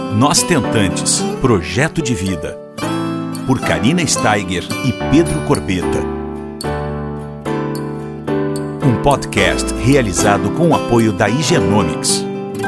Nós Tentantes, Projeto de Vida, por Karina Steiger e Pedro Corbeta. Um podcast realizado com o apoio da Higienomics.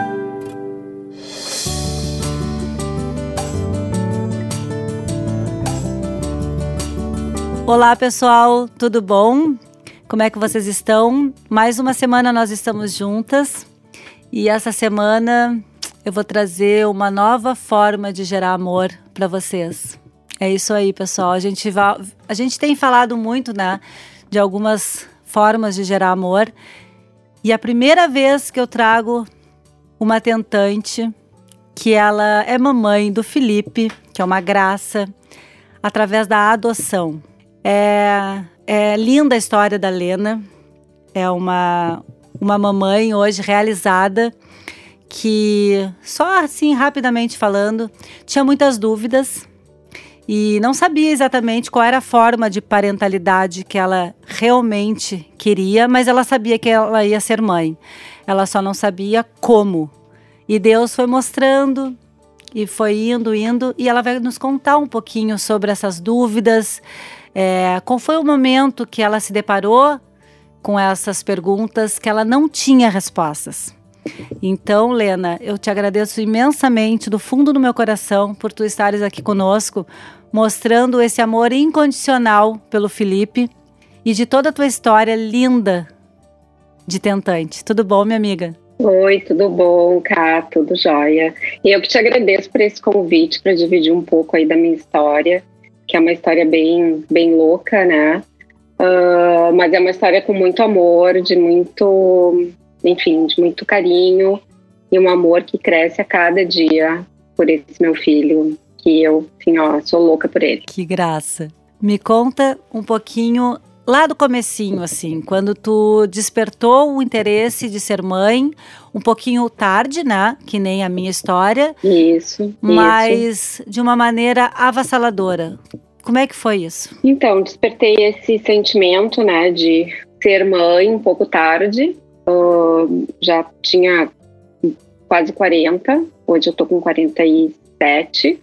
Olá pessoal, tudo bom? Como é que vocês estão? Mais uma semana nós estamos juntas e essa semana eu vou trazer uma nova forma de gerar amor para vocês. É isso aí, pessoal. A gente tem falado muito, né, de algumas formas de gerar amor. E a primeira vez que eu trago uma tentante, que ela é mamãe do Felipe, que é uma graça, através da adoção. É linda a história da Lena. É uma mamãe hoje realizada, que só assim, rapidamente falando, tinha muitas dúvidas e não sabia exatamente qual era a forma de parentalidade que ela realmente queria, mas ela sabia que ela ia ser mãe. Ela só não sabia como. E Deus foi mostrando e foi indo, e ela vai nos contar um pouquinho sobre essas dúvidas, qual foi o momento que ela se deparou com essas perguntas que ela não tinha respostas. Então, Lena, eu te agradeço imensamente do fundo do meu coração por tu estares aqui conosco, mostrando esse amor incondicional pelo Felipe e de toda a tua história linda de tentante. Tudo bom, minha amiga? Oi, tudo bom, Cá? Tudo jóia. E eu que te agradeço por esse convite para dividir um pouco aí da minha história, que é uma história bem louca, né? Mas é uma história com muito amor, de muito carinho e um amor que cresce a cada dia por esse meu filho, que eu, assim, sou louca por ele. Que graça. Me conta um pouquinho lá do comecinho, assim, quando tu despertou o interesse de ser mãe, um pouquinho tarde, né? Que nem a minha história. Isso. Mas de uma maneira avassaladora. Como é que foi isso? Então, despertei esse sentimento, né, de ser mãe um pouco tarde. Já tinha quase 40, hoje eu tô com 47.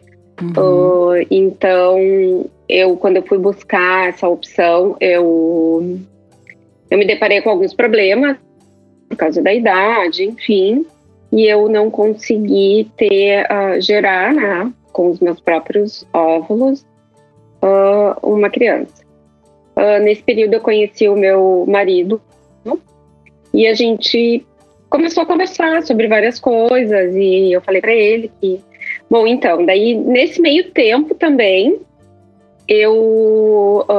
Então, quando eu fui buscar essa opção, eu me deparei com alguns problemas por causa da idade, enfim, e eu não consegui gerar, né, com os meus próprios óvulos, uma criança. Nesse período eu conheci o meu marido, e a gente começou a conversar sobre várias coisas, e eu falei para ele que... Bom, então, daí nesse meio tempo também, eu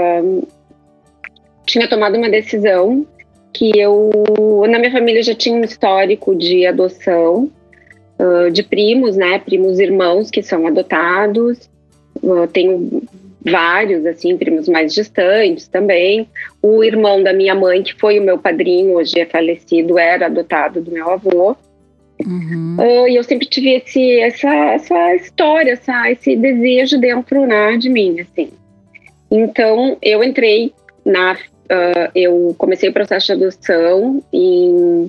tinha tomado uma decisão que na minha família já tinha um histórico de adoção, de primos, né, primos irmãos que são adotados, tenho vários, assim, primos mais distantes também. O irmão da minha mãe, que foi o meu padrinho, hoje é falecido, era adotado do meu avô. E eu sempre tive essa história, esse desejo dentro, né, de mim, assim. Então, eu entrei eu comecei o processo de adoção em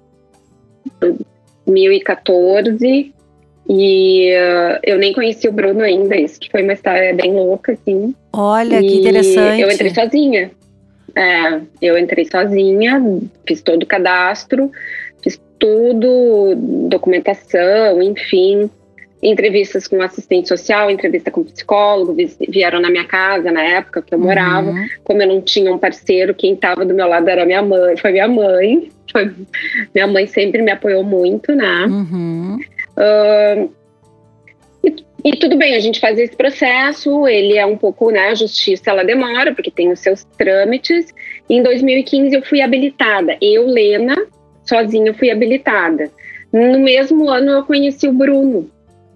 2014 e eu nem conheci o Bruno ainda, isso que foi uma história bem louca, assim. Olha, que interessante. Eu entrei sozinha. Eu entrei sozinha, fiz todo o cadastro, fiz tudo, documentação, enfim, entrevistas com assistente social, entrevista com psicólogo, vieram na minha casa na época que eu morava. Como eu não tinha um parceiro, quem estava do meu lado era minha mãe, foi minha mãe. Minha mãe sempre me apoiou muito, né? E tudo bem, a gente faz esse processo, ele é um pouco, né, a justiça ela demora, porque tem os seus trâmites. Em 2015 eu fui habilitada, Lena, sozinha fui habilitada. No mesmo ano eu conheci o Bruno.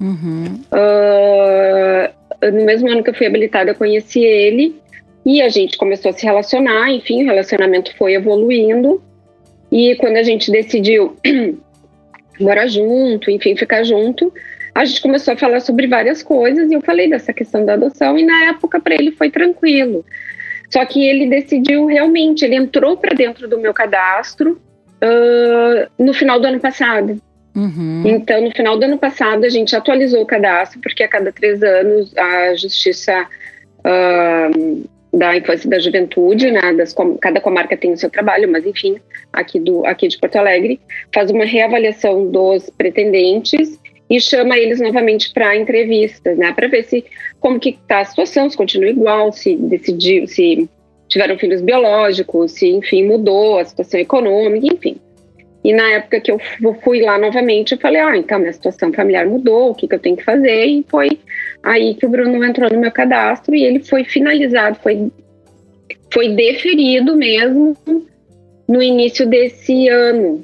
No mesmo ano que eu fui habilitada eu conheci ele e a gente começou a se relacionar, enfim, o relacionamento foi evoluindo. E quando a gente decidiu morar junto, enfim, ficar junto, a gente começou a falar sobre várias coisas e eu falei dessa questão da adoção e na época para ele foi tranquilo. Só que ele decidiu realmente, ele entrou para dentro do meu cadastro no final do ano passado. Então, no final do ano passado, a gente atualizou o cadastro, porque a cada 3 anos a Justiça da Infância e da Juventude, né, cada comarca tem o seu trabalho, mas enfim, aqui de Porto Alegre, faz uma reavaliação dos pretendentes e chama eles novamente para entrevistas, né, para ver como que está a situação, se continua igual, se tiveram filhos biológicos, se, enfim, mudou a situação econômica, enfim. E na época que eu fui lá novamente, eu falei, então, minha situação familiar mudou, o que eu tenho que fazer? E foi aí que o Bruno entrou no meu cadastro e ele foi finalizado, foi deferido mesmo no início desse ano,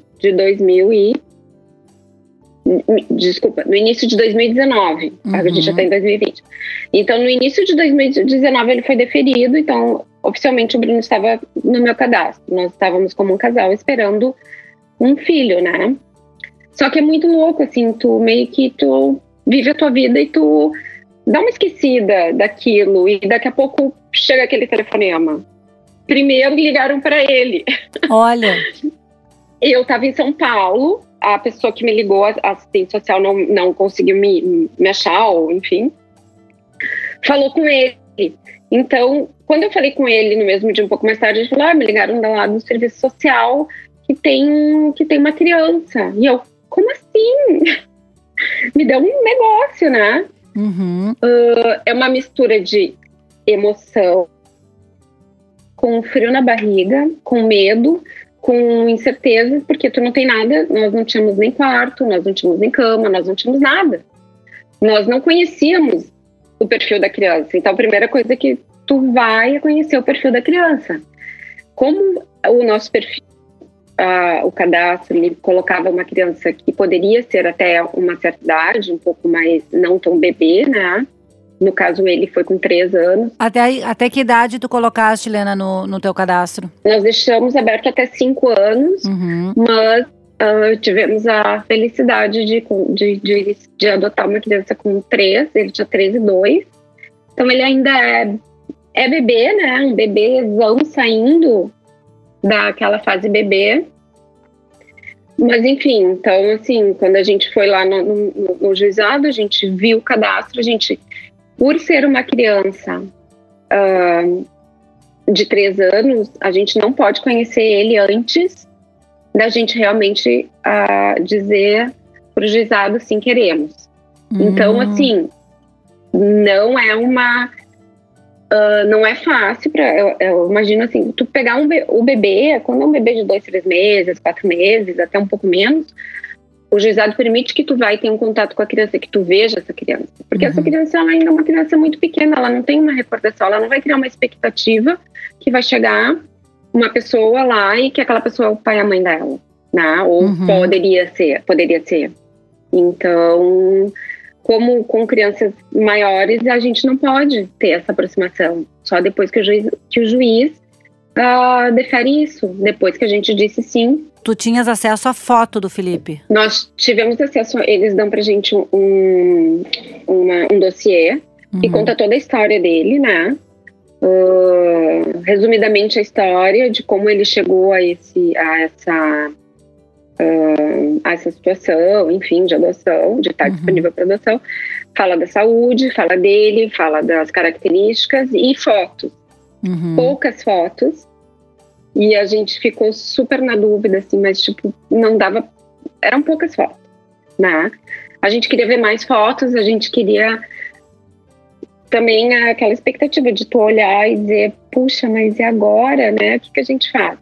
no início de 2019, a gente já está em 2020. Então, no início de 2019 ele foi deferido, então, oficialmente o Bruno estava no meu cadastro. Nós estávamos como um casal esperando um filho, né? Só que é muito louco, assim, tu vive a tua vida e tu dá uma esquecida daquilo e daqui a pouco chega aquele telefonema. Primeiro ligaram para ele. Olha. Eu estava em São Paulo, a pessoa que me ligou, a assistente social, não conseguiu me achar, ou enfim, falou com ele. Então, quando eu falei com ele no mesmo dia, um pouco mais tarde, ele falou, me ligaram lá do serviço social que tem uma criança. E eu, como assim? Me deu um negócio, né? É uma mistura de emoção, com frio na barriga, com medo, com incerteza, porque tu não tem nada, nós não tínhamos nem quarto, nós não tínhamos nem cama, nós não tínhamos nada. Nós não conhecíamos o perfil da criança. Então, a primeira coisa é que tu vai conhecer o perfil da criança. Como o nosso perfil, o cadastro, ele colocava uma criança que poderia ser até uma certa idade, um pouco mais, não tão bebê, né? No caso, ele foi com 3 anos. Até que idade tu colocaste, Lena, no teu cadastro? Nós deixamos aberto até 5 anos, mas tivemos a felicidade de adotar uma criança com 3, ele tinha 3 e 2. Então, ele ainda é bebê, né? Um bebêzão saindo daquela fase bebê. Mas, enfim, então, assim, quando a gente foi lá no juizado, a gente viu o cadastro, por ser uma criança de 3 anos, a gente não pode conhecer ele antes da gente realmente dizer para o juizado, sim, queremos. Então, assim, não é não é fácil, eu imagino assim, tu pegar o bebê, quando é um bebê de 2, 3 meses, 4 meses, até um pouco menos, o juizado permite que tu vá e tenha um contato com a criança, que tu veja essa criança. Porque essa criança, ela ainda é uma criança muito pequena, ela não tem uma recordação, ela não vai criar uma expectativa que vai chegar uma pessoa lá e que aquela pessoa é o pai e a mãe dela, né? Ou poderia ser. Então, como com crianças maiores, a gente não pode ter essa aproximação. Só depois que o juiz defere isso, depois que a gente disse sim. Tu tinhas acesso à foto do Felipe? Nós tivemos acesso, eles dão pra gente um dossiê que conta toda a história dele, né? Resumidamente a história de como ele chegou a essa situação, enfim, de adoção, de estar disponível para adoção. Fala da saúde, fala dele, fala das características e fotos. Poucas fotos. E a gente ficou super na dúvida, assim, mas, tipo, não dava... Eram poucas fotos, né? A gente queria ver mais fotos, a gente queria também aquela expectativa de tu olhar e dizer, puxa, mas e agora, né? O que a gente faz?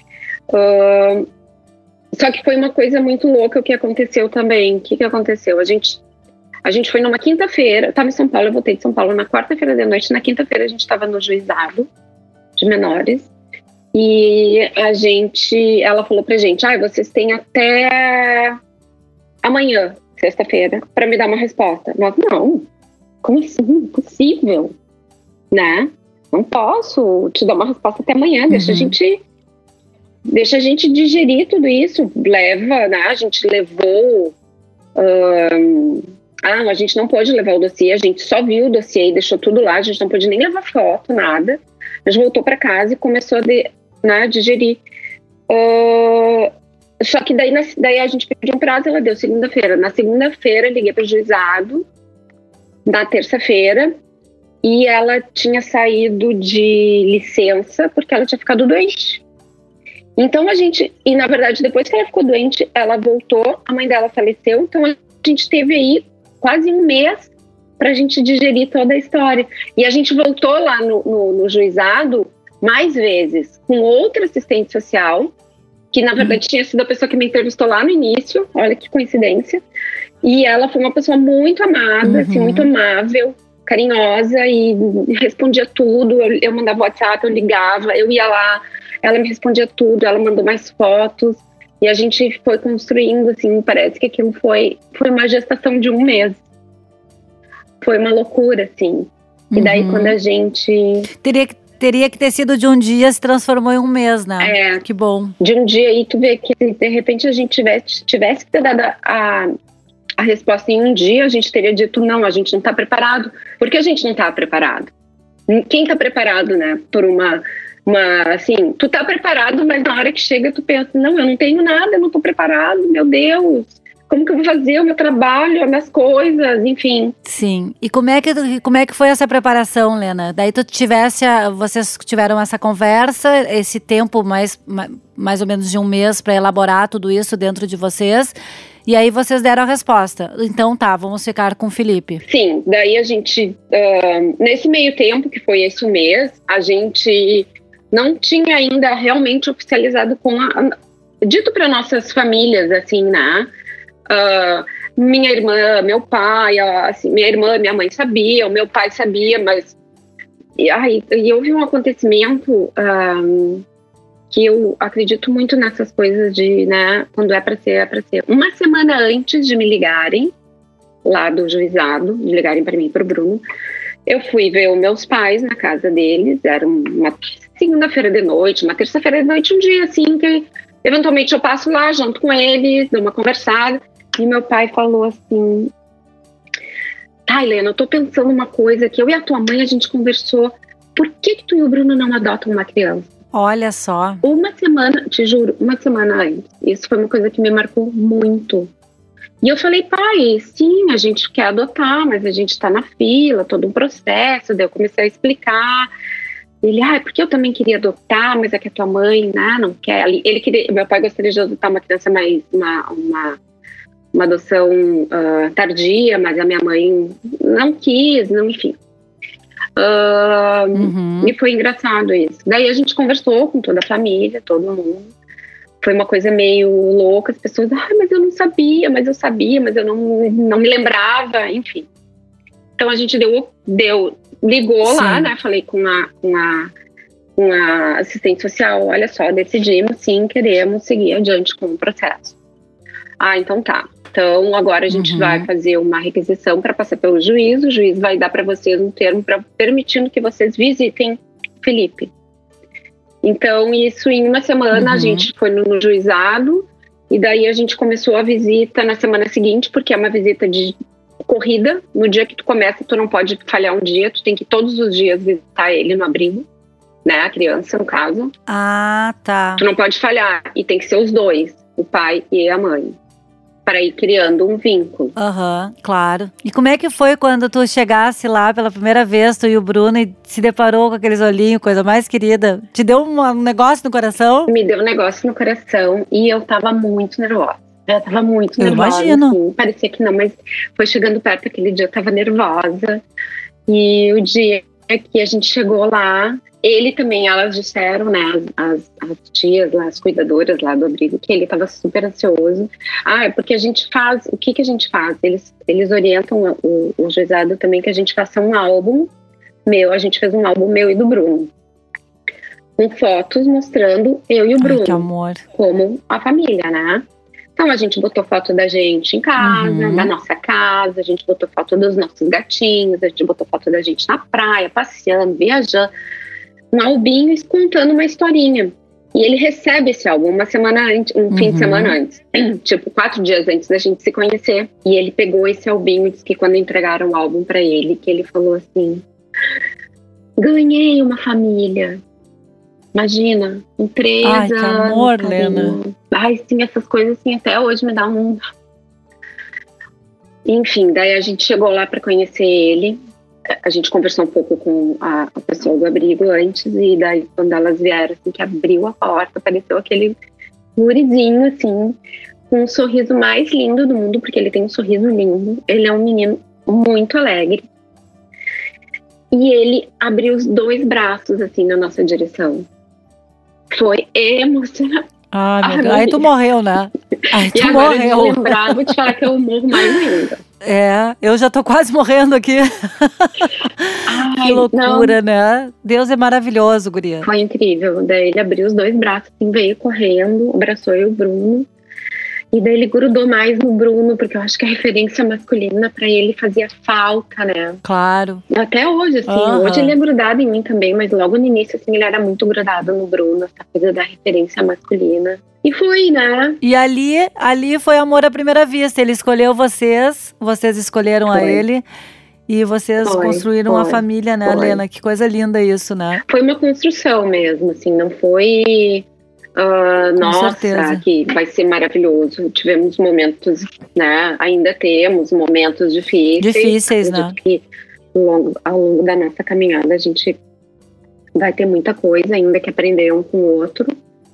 Só que foi uma coisa muito louca o que aconteceu também. O que aconteceu? A gente foi numa quinta-feira, eu estava em São Paulo, eu voltei de São Paulo na quarta-feira de noite, na quinta-feira a gente estava no juizado de menores. E ela falou pra gente, vocês têm até amanhã, sexta-feira, pra me dar uma resposta. Nós, não, como assim? Impossível, né? Não posso te dar uma resposta até amanhã, deixa a gente digerir tudo isso, leva, né? A gente levou, a gente não pode levar o dossiê, a gente só viu o dossiê e deixou tudo lá, a gente não pôde nem levar foto, nada. A gente voltou pra casa e começou a digerir. Só que daí a gente pediu um prazo, ela deu segunda-feira. Na segunda-feira, liguei para o juizado, na terça-feira, e ela tinha saído de licença porque ela tinha ficado doente. Então e na verdade, depois que ela ficou doente, ela voltou, a mãe dela faleceu, então a gente teve aí quase um mês para a gente digerir toda a história. E a gente voltou lá no juizado mais vezes, com outra assistente social, que na verdade tinha sido a pessoa que me entrevistou lá no início, olha que coincidência, e ela foi uma pessoa muito amada, assim, muito amável, carinhosa, e respondia tudo. Eu mandava WhatsApp, eu ligava, eu ia lá, ela me respondia tudo, ela mandou mais fotos, e a gente foi construindo, assim, parece que aquilo foi uma gestação de um mês. Foi uma loucura, assim. E daí quando a gente... Teria que ter sido de um dia, se transformou em um mês, né? Que bom. De um dia aí, tu vê que de repente a gente tivesse que ter dado a resposta em um dia, a gente teria dito, não, a gente não está preparado. Por que a gente não está preparado? Quem está preparado, né? Por assim, tu tá preparado, mas na hora que chega tu pensa, não, eu não tenho nada, eu não tô preparado, meu Deus. Como que eu vou fazer o meu trabalho, as minhas coisas, enfim. Sim. E como é que foi essa preparação, Lena? Daí vocês tiveram essa conversa, esse tempo mais ou menos de um mês para elaborar tudo isso dentro de vocês. E aí vocês deram a resposta. Então tá, vamos ficar com o Felipe. Sim, daí a gente, nesse meio tempo, que foi esse mês, a gente não tinha ainda realmente oficializado dito para nossas famílias, assim, né? Minha irmã, meu pai, assim, minha irmã, minha mãe sabia, o meu pai sabia, mas e houve um acontecimento que eu acredito muito nessas coisas de, né, quando é para ser, é para ser. Uma semana antes de me ligarem lá do juizado, de ligarem para mim e para o Bruno, eu fui ver os meus pais na casa deles. Era uma segunda-feira de noite, uma terça-feira de noite, um dia assim que eventualmente eu passo lá junto com eles, dou uma conversada. E meu pai falou assim: tá, Helena, eu tô pensando uma coisa que eu e a tua mãe, a gente conversou. Por que tu e o Bruno não adotam uma criança? Olha só. Uma semana, te juro, uma semana antes. Isso foi uma coisa que me marcou muito. E eu falei, pai, sim, a gente quer adotar, mas a gente tá na fila, todo um processo. Daí eu comecei a explicar. Ele, porque eu também queria adotar, mas é que a tua mãe, né, não quer. Ele queria, meu pai gostaria de adotar uma criança mais, uma adoção tardia, mas a minha mãe não quis, não, enfim. E foi engraçado isso. Daí a gente conversou com toda a família, todo mundo. Foi uma coisa meio louca, as pessoas, mas eu não sabia, mas eu sabia, mas eu não me lembrava, enfim. Então a gente ligou Sim. lá, né? Falei com a assistente social, olha só, decidimos sim, queremos seguir adiante com o processo. Então tá. Então agora a gente vai fazer uma requisição para passar pelo juiz. O juiz vai dar para vocês um termo permitindo que vocês visitem Felipe. Então isso em uma semana a gente foi no juizado e daí a gente começou a visita na semana seguinte, porque é uma visita de corrida. No dia que tu começa, tu não pode falhar um dia, tu tem que todos os dias visitar ele no abrigo, né, a criança no caso. Tá. Tu não pode falhar, e tem que ser os dois, o pai e a mãe, para ir criando um vínculo. Claro. E como é que foi quando tu chegasse lá pela primeira vez, tu e o Bruno, e se deparou com aqueles olhinhos, coisa mais querida? Te deu um negócio no coração? Me deu um negócio no coração e eu tava muito nervosa. Eu tava muito nervosa. Eu imagino. Assim, parecia que não, mas foi chegando perto aquele dia, eu tava nervosa. E o dia que a gente chegou lá, ele também, elas disseram, né, as tias lá, as cuidadoras lá do abrigo, que ele tava super ansioso. É porque a gente faz, o que a gente faz? Eles orientam o juizado também que a gente faça um álbum meu, a gente fez um álbum meu e do Bruno, com fotos mostrando eu e o Bruno. Que amor. Como a família, né? Então a gente botou foto da gente em casa, da nossa casa, a gente botou foto dos nossos gatinhos, a gente botou foto da gente na praia, passeando, viajando, um albinho contando uma historinha. E ele recebe esse álbum uma semana antes, um fim de semana antes, tipo 4 dias antes da gente se conhecer. E ele pegou esse albinho e disse que quando entregaram o álbum pra ele, que ele falou assim: ganhei uma família. Imagina, com 3 Ai, que anos. amor, carinho. Lena. Ai, sim, essas coisas assim, até hoje me dá um... Enfim, daí a gente chegou lá para conhecer ele. A gente conversou um pouco com a pessoa do abrigo antes, e daí quando elas vieram, assim, que abriu a porta, apareceu aquele gurizinho, assim, com um sorriso mais lindo do mundo, porque ele tem um sorriso lindo. Ele é um menino muito alegre. E ele abriu os 2 braços, assim, na nossa direção. Foi emocionante. Meu Deus. Aí tu morreu, né? Aí E tu agora, de morreu. lembrar, vou te falar que eu morro mais ainda. Eu já tô quase morrendo aqui. Ai, Que loucura, né? Deus é maravilhoso, guria. Foi incrível. Daí ele abriu os 2 braços, assim, veio correndo, abraçou eu e o Bruno. E daí ele grudou mais no Bruno, porque eu acho que a referência masculina pra ele fazia falta, né? Claro. Até hoje, assim. Hoje ele é grudado em mim também, mas logo no início, assim, ele era muito grudado no Bruno, essa coisa da referência masculina. E foi, né? E ali foi amor à primeira vista. Ele escolheu vocês escolheram a ele. E vocês construíram uma família, né, Lena? Que coisa linda isso, né? Foi uma construção mesmo, assim, não foi... nossa, certeza. Que vai ser maravilhoso. Tivemos momentos, né? Ainda temos momentos difíceis, né? Que ao longo da nossa caminhada a gente vai ter muita coisa ainda que aprender um com o outro.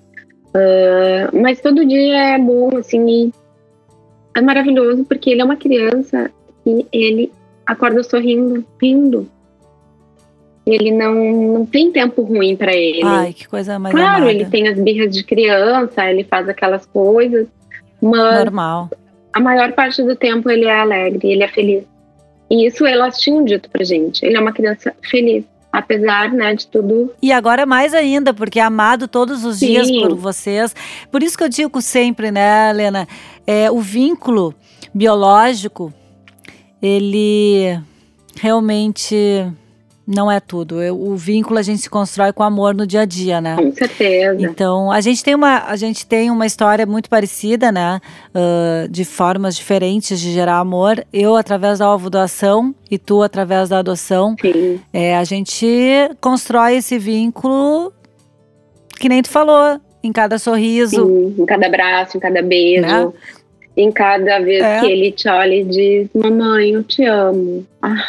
Mas todo dia é bom, assim, e é maravilhoso porque ele é uma criança e ele acorda sorrindo, rindo. Ele não tem tempo ruim pra ele. Ai, que coisa mais Claro, amada. ele tem as birras de criança, ele faz aquelas coisas, mas normal. A maior parte do tempo ele é alegre, ele é feliz. E isso elas tinham dito pra gente. Ele é uma criança feliz, apesar, né, de tudo. E agora mais ainda, porque é amado todos os dias por vocês. Por isso que eu digo sempre, né, Lena, o vínculo biológico, ele realmente... não é tudo. O vínculo a gente se constrói com amor no dia a dia, né? Com certeza. Então, a gente tem uma história muito parecida, né? De formas diferentes de gerar amor. Eu através da ovo-doação e tu através da adoção. Sim. A gente constrói esse vínculo que nem tu falou, em cada sorriso. Sim, em cada abraço, em cada beijo. Né? Em cada vez que ele te olha e diz, mamãe, eu te amo.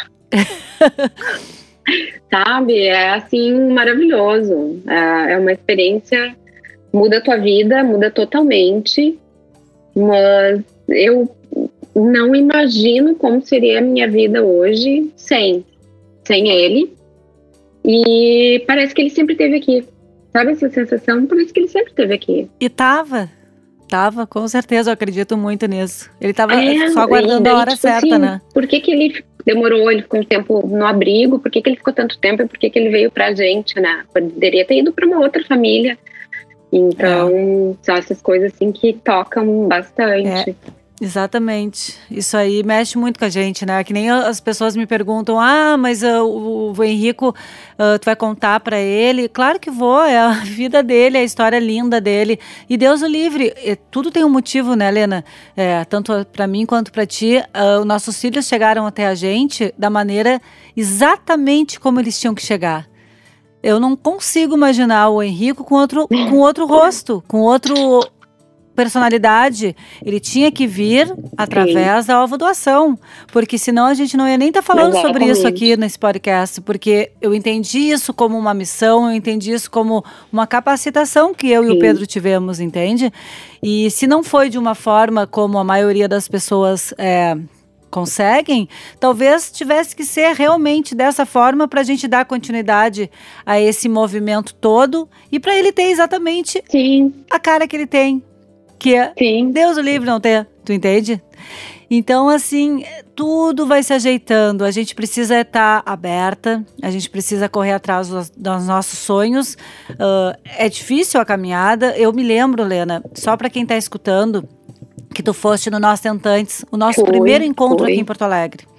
Sabe, é assim maravilhoso, é uma experiência, muda a tua vida, muda totalmente, mas eu não imagino como seria a minha vida hoje sem ele, e parece que ele sempre esteve aqui, sabe essa sensação? Parece que ele sempre esteve aqui. E tava, com certeza, eu acredito muito nisso. Ele tava só aguardando a hora certa, assim, né? Por que ele demorou, ele ficou um tempo no abrigo, por que ele ficou tanto tempo e por que ele veio pra gente, né? Poderia ter ido pra uma outra família. Então, são essas coisas assim que tocam bastante. Exatamente. Isso aí mexe muito com a gente, né? Que nem as pessoas me perguntam, mas o Henrico, tu vai contar pra ele? Claro que vou, é a vida dele, é a história linda dele. E Deus o livre, tudo tem um motivo, né, Lena? Tanto pra mim quanto pra ti, os nossos filhos chegaram até a gente da maneira exatamente como eles tinham que chegar. Eu não consigo imaginar o Henrico com outro rosto, com outro... personalidade. Ele tinha que vir através da ovo-doação, porque senão a gente não ia nem estar falando sobre isso aqui nesse podcast, porque eu entendi isso como uma missão, eu entendi isso como uma capacitação que eu e o Pedro tivemos, entende? E se não foi de uma forma como a maioria das pessoas conseguem, talvez tivesse que ser realmente dessa forma para a gente dar continuidade a esse movimento todo e para ele ter exatamente a cara que ele tem. Que Deus o livre não ter, tu entende? Então, assim, tudo vai se ajeitando. A gente precisa estar aberta, a gente precisa correr atrás dos nossos sonhos. É difícil a caminhada. Eu me lembro, Lena, só para quem está escutando, que tu foste no Nós Tentantes, o nosso primeiro encontro aqui em Porto Alegre.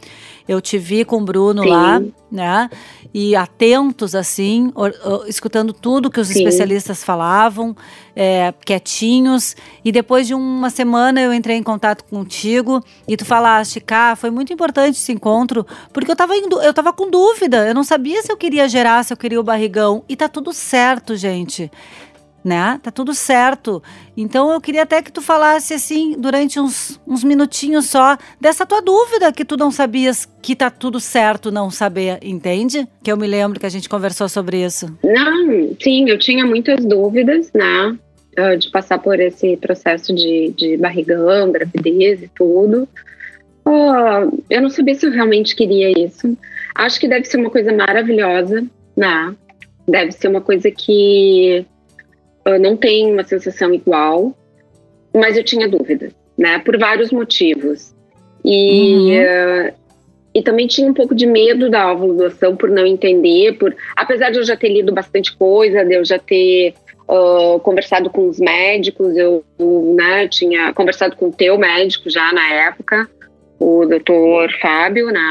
Eu te vi com o Bruno Sim. lá, né? E atentos, assim, escutando tudo que os Sim. especialistas falavam, quietinhos. E depois de uma semana eu entrei em contato contigo e tu falaste, Cá, foi muito importante esse encontro, porque eu tava com dúvida, eu não sabia se eu queria gerar, se eu queria o barrigão. E tá tudo certo, gente. Né? Tá tudo certo. Então eu queria até que tu falasse assim, durante uns minutinhos só, dessa tua dúvida que tu não sabias que tá tudo certo não saber, entende? Que eu me lembro que a gente conversou sobre isso. Não, sim, eu tinha muitas dúvidas, né? De passar por esse processo de barrigão, gravidez e tudo. Eu não sabia se eu realmente queria isso. Acho que deve ser uma coisa maravilhosa, né? Deve ser uma coisa que não tem uma sensação igual, mas eu tinha dúvidas, né? Por vários motivos. E também tinha um pouco de medo da ovulação por não entender, apesar de eu já ter lido bastante coisa, de eu já ter conversado com os médicos, eu né, tinha conversado com o teu médico já na época, o doutor Fábio, né?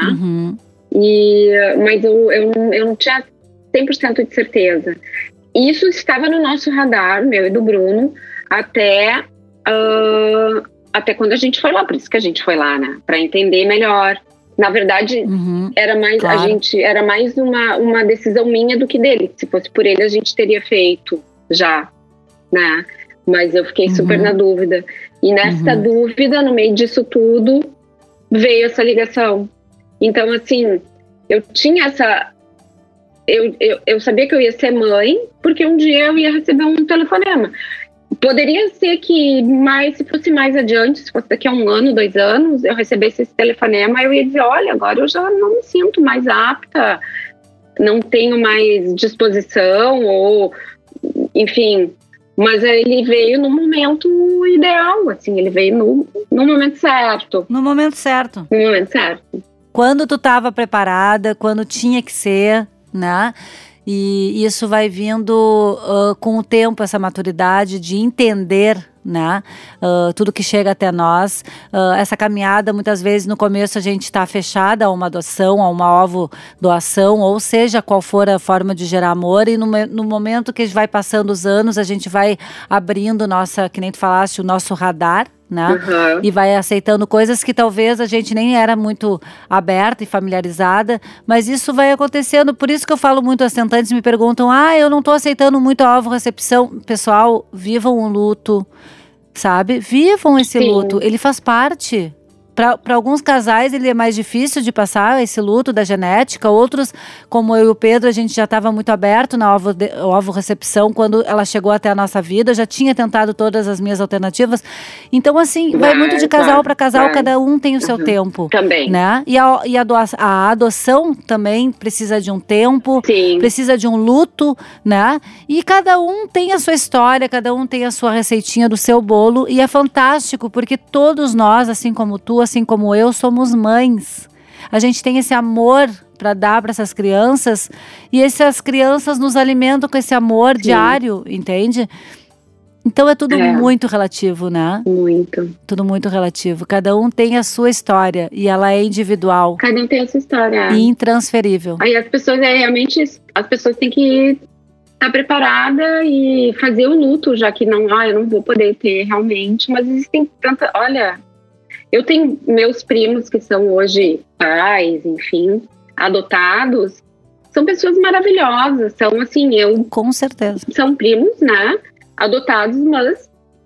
Mas eu não tinha 100% de certeza. Isso estava no nosso radar, meu e do Bruno, até quando a gente foi lá. Por isso que a gente foi lá, né? Para entender melhor. Na verdade, era mais claro. Era mais uma decisão minha do que dele. Se fosse por ele, a gente teria feito já, né? Mas eu fiquei super na dúvida. E nessa dúvida, no meio disso tudo, veio essa ligação. Então, assim, eu tinha essa... Eu sabia que eu ia ser mãe, porque um dia eu ia receber um telefonema. Poderia ser que se fosse mais adiante, se fosse daqui a 1 ano, 2 anos, eu recebesse esse telefonema, eu ia dizer, olha, agora eu já não me sinto mais apta, não tenho mais disposição, ou enfim. Mas ele veio no momento ideal, assim, ele veio no momento certo. No momento certo. No momento certo. Quando tu estava preparada, quando tinha que ser, né? E isso vai vindo com o tempo, essa maturidade de entender, né? Tudo que chega até nós. Essa caminhada, muitas vezes, no começo a gente está fechada a uma adoção, a uma ovo-doação, ou seja, qual for a forma de gerar amor, e no momento que vai passando os anos, a gente vai abrindo que nem tu falaste, o nosso radar, né? E vai aceitando coisas que talvez a gente nem era muito aberta e familiarizada, mas isso vai acontecendo. Por isso que eu falo muito, as tentantes me perguntam, eu não tô aceitando muito a ovo-recepção. Pessoal, vivam um luto, sabe? Vivam esse luto, ele faz parte. Para alguns casais ele é mais difícil de passar esse luto da genética, outros, como eu e o Pedro, a gente já estava muito aberto na ovo-recepção quando ela chegou até a nossa vida, eu já tinha tentado todas as minhas alternativas, então assim, vai muito de casal para casal, cada um tem o seu tempo. Também. Né? E a adoção também precisa de um tempo, precisa de um luto, né? E cada um tem a sua história, cada um tem a sua receitinha do seu bolo, e é fantástico, porque todos nós, assim como tu, assim como eu, somos mães. A gente tem esse amor para dar para essas crianças, e essas crianças nos alimentam com esse amor diário, entende? Então é tudo muito relativo, né? Muito. Tudo muito relativo. Cada um tem a sua história e ela é individual. Cada um tem a sua história. E intransferível. Aí as pessoas, realmente, as pessoas têm que estar preparada e fazer o luto, já que eu não vou poder ter realmente, mas existem olha... Eu tenho meus primos que são hoje pais, enfim, adotados, são pessoas maravilhosas, são assim, com certeza. São primos, né, adotados, mas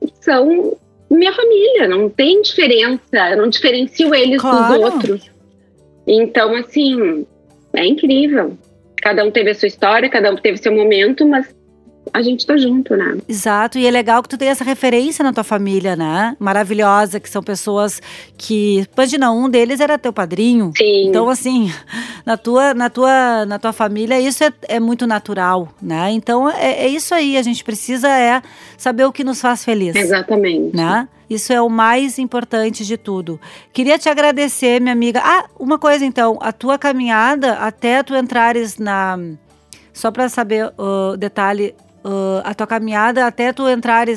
são minha família, não tem diferença, eu não diferencio eles dos outros. Então, assim, é incrível. Cada um teve a sua história, cada um teve seu momento, mas a gente tá junto, né? Exato, e é legal que tu tenha essa referência na tua família, né? Maravilhosa, que são pessoas que... Imagina, um deles era teu padrinho. Sim. Então, assim, na tua família, isso é muito natural, né? Então, é isso aí, a gente precisa saber o que nos faz feliz. Exatamente. Né? Isso é o mais importante de tudo. Queria te agradecer, minha amiga. Uma coisa então, a tua caminhada até tu entrares só para saber o detalhe, a tua caminhada até tu entrares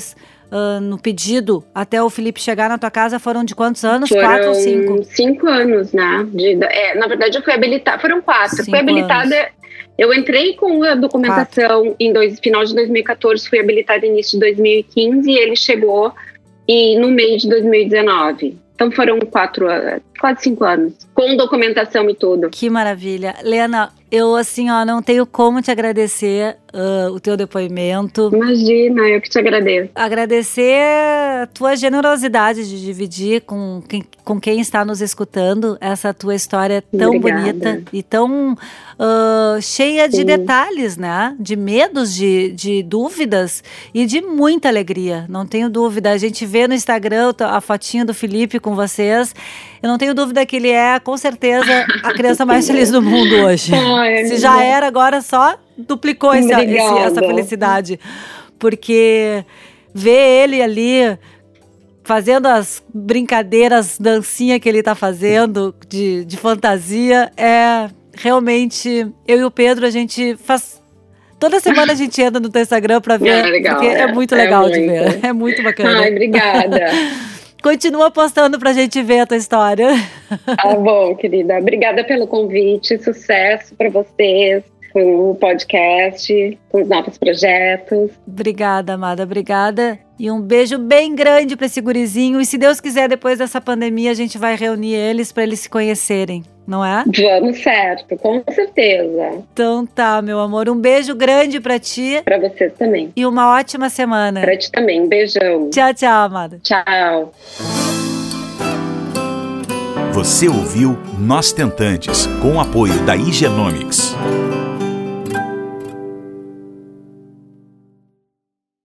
no pedido até o Felipe chegar na tua casa foram de quantos anos? Foram 4 ou 5? 5 anos, né? Na verdade, eu fui habilitada. Foram 4. Fui habilitada. Anos. Eu entrei com a documentação final de 2014, fui habilitada no início de 2015 e ele chegou no meio de 2019. Então foram quase 5 anos, com documentação e tudo. Que maravilha. Lena, eu assim, não tenho como te agradecer o teu depoimento. Imagina, eu que te agradeço. Agradecer a tua generosidade de dividir com quem está nos escutando essa tua história tão bonita e tão cheia de detalhes, né? De medos, de dúvidas e de muita alegria. Não tenho dúvida. A gente vê no Instagram a fotinha do Felipe com vocês. Eu não tenho dúvida que ele é, com certeza, a criança mais feliz do mundo hoje. Se já era, agora só duplicou essa felicidade. Porque ver ele ali fazendo as brincadeiras, dancinha que ele tá fazendo de fantasia, realmente, eu e o Pedro, a gente faz... Toda semana a gente entra no teu Instagram pra ver, legal, porque é muito legal de ver. É muito bacana. Ai, obrigada. Continua postando pra gente ver a tua história. Tá bom, querida. Obrigada pelo convite. Sucesso pra vocês com o podcast, com os novos projetos. Obrigada, amada. Obrigada. E um beijo bem grande pra esse gurizinho. E se Deus quiser, depois dessa pandemia, a gente vai reunir eles pra eles se conhecerem, não é? Vamos, certo. Com certeza. Então tá, meu amor. Um beijo grande pra ti. Pra vocês também. E uma ótima semana. Pra ti também. Um beijão. Tchau, tchau, amada. Tchau. Você ouviu Nós Tentantes, com o apoio da Igenomics.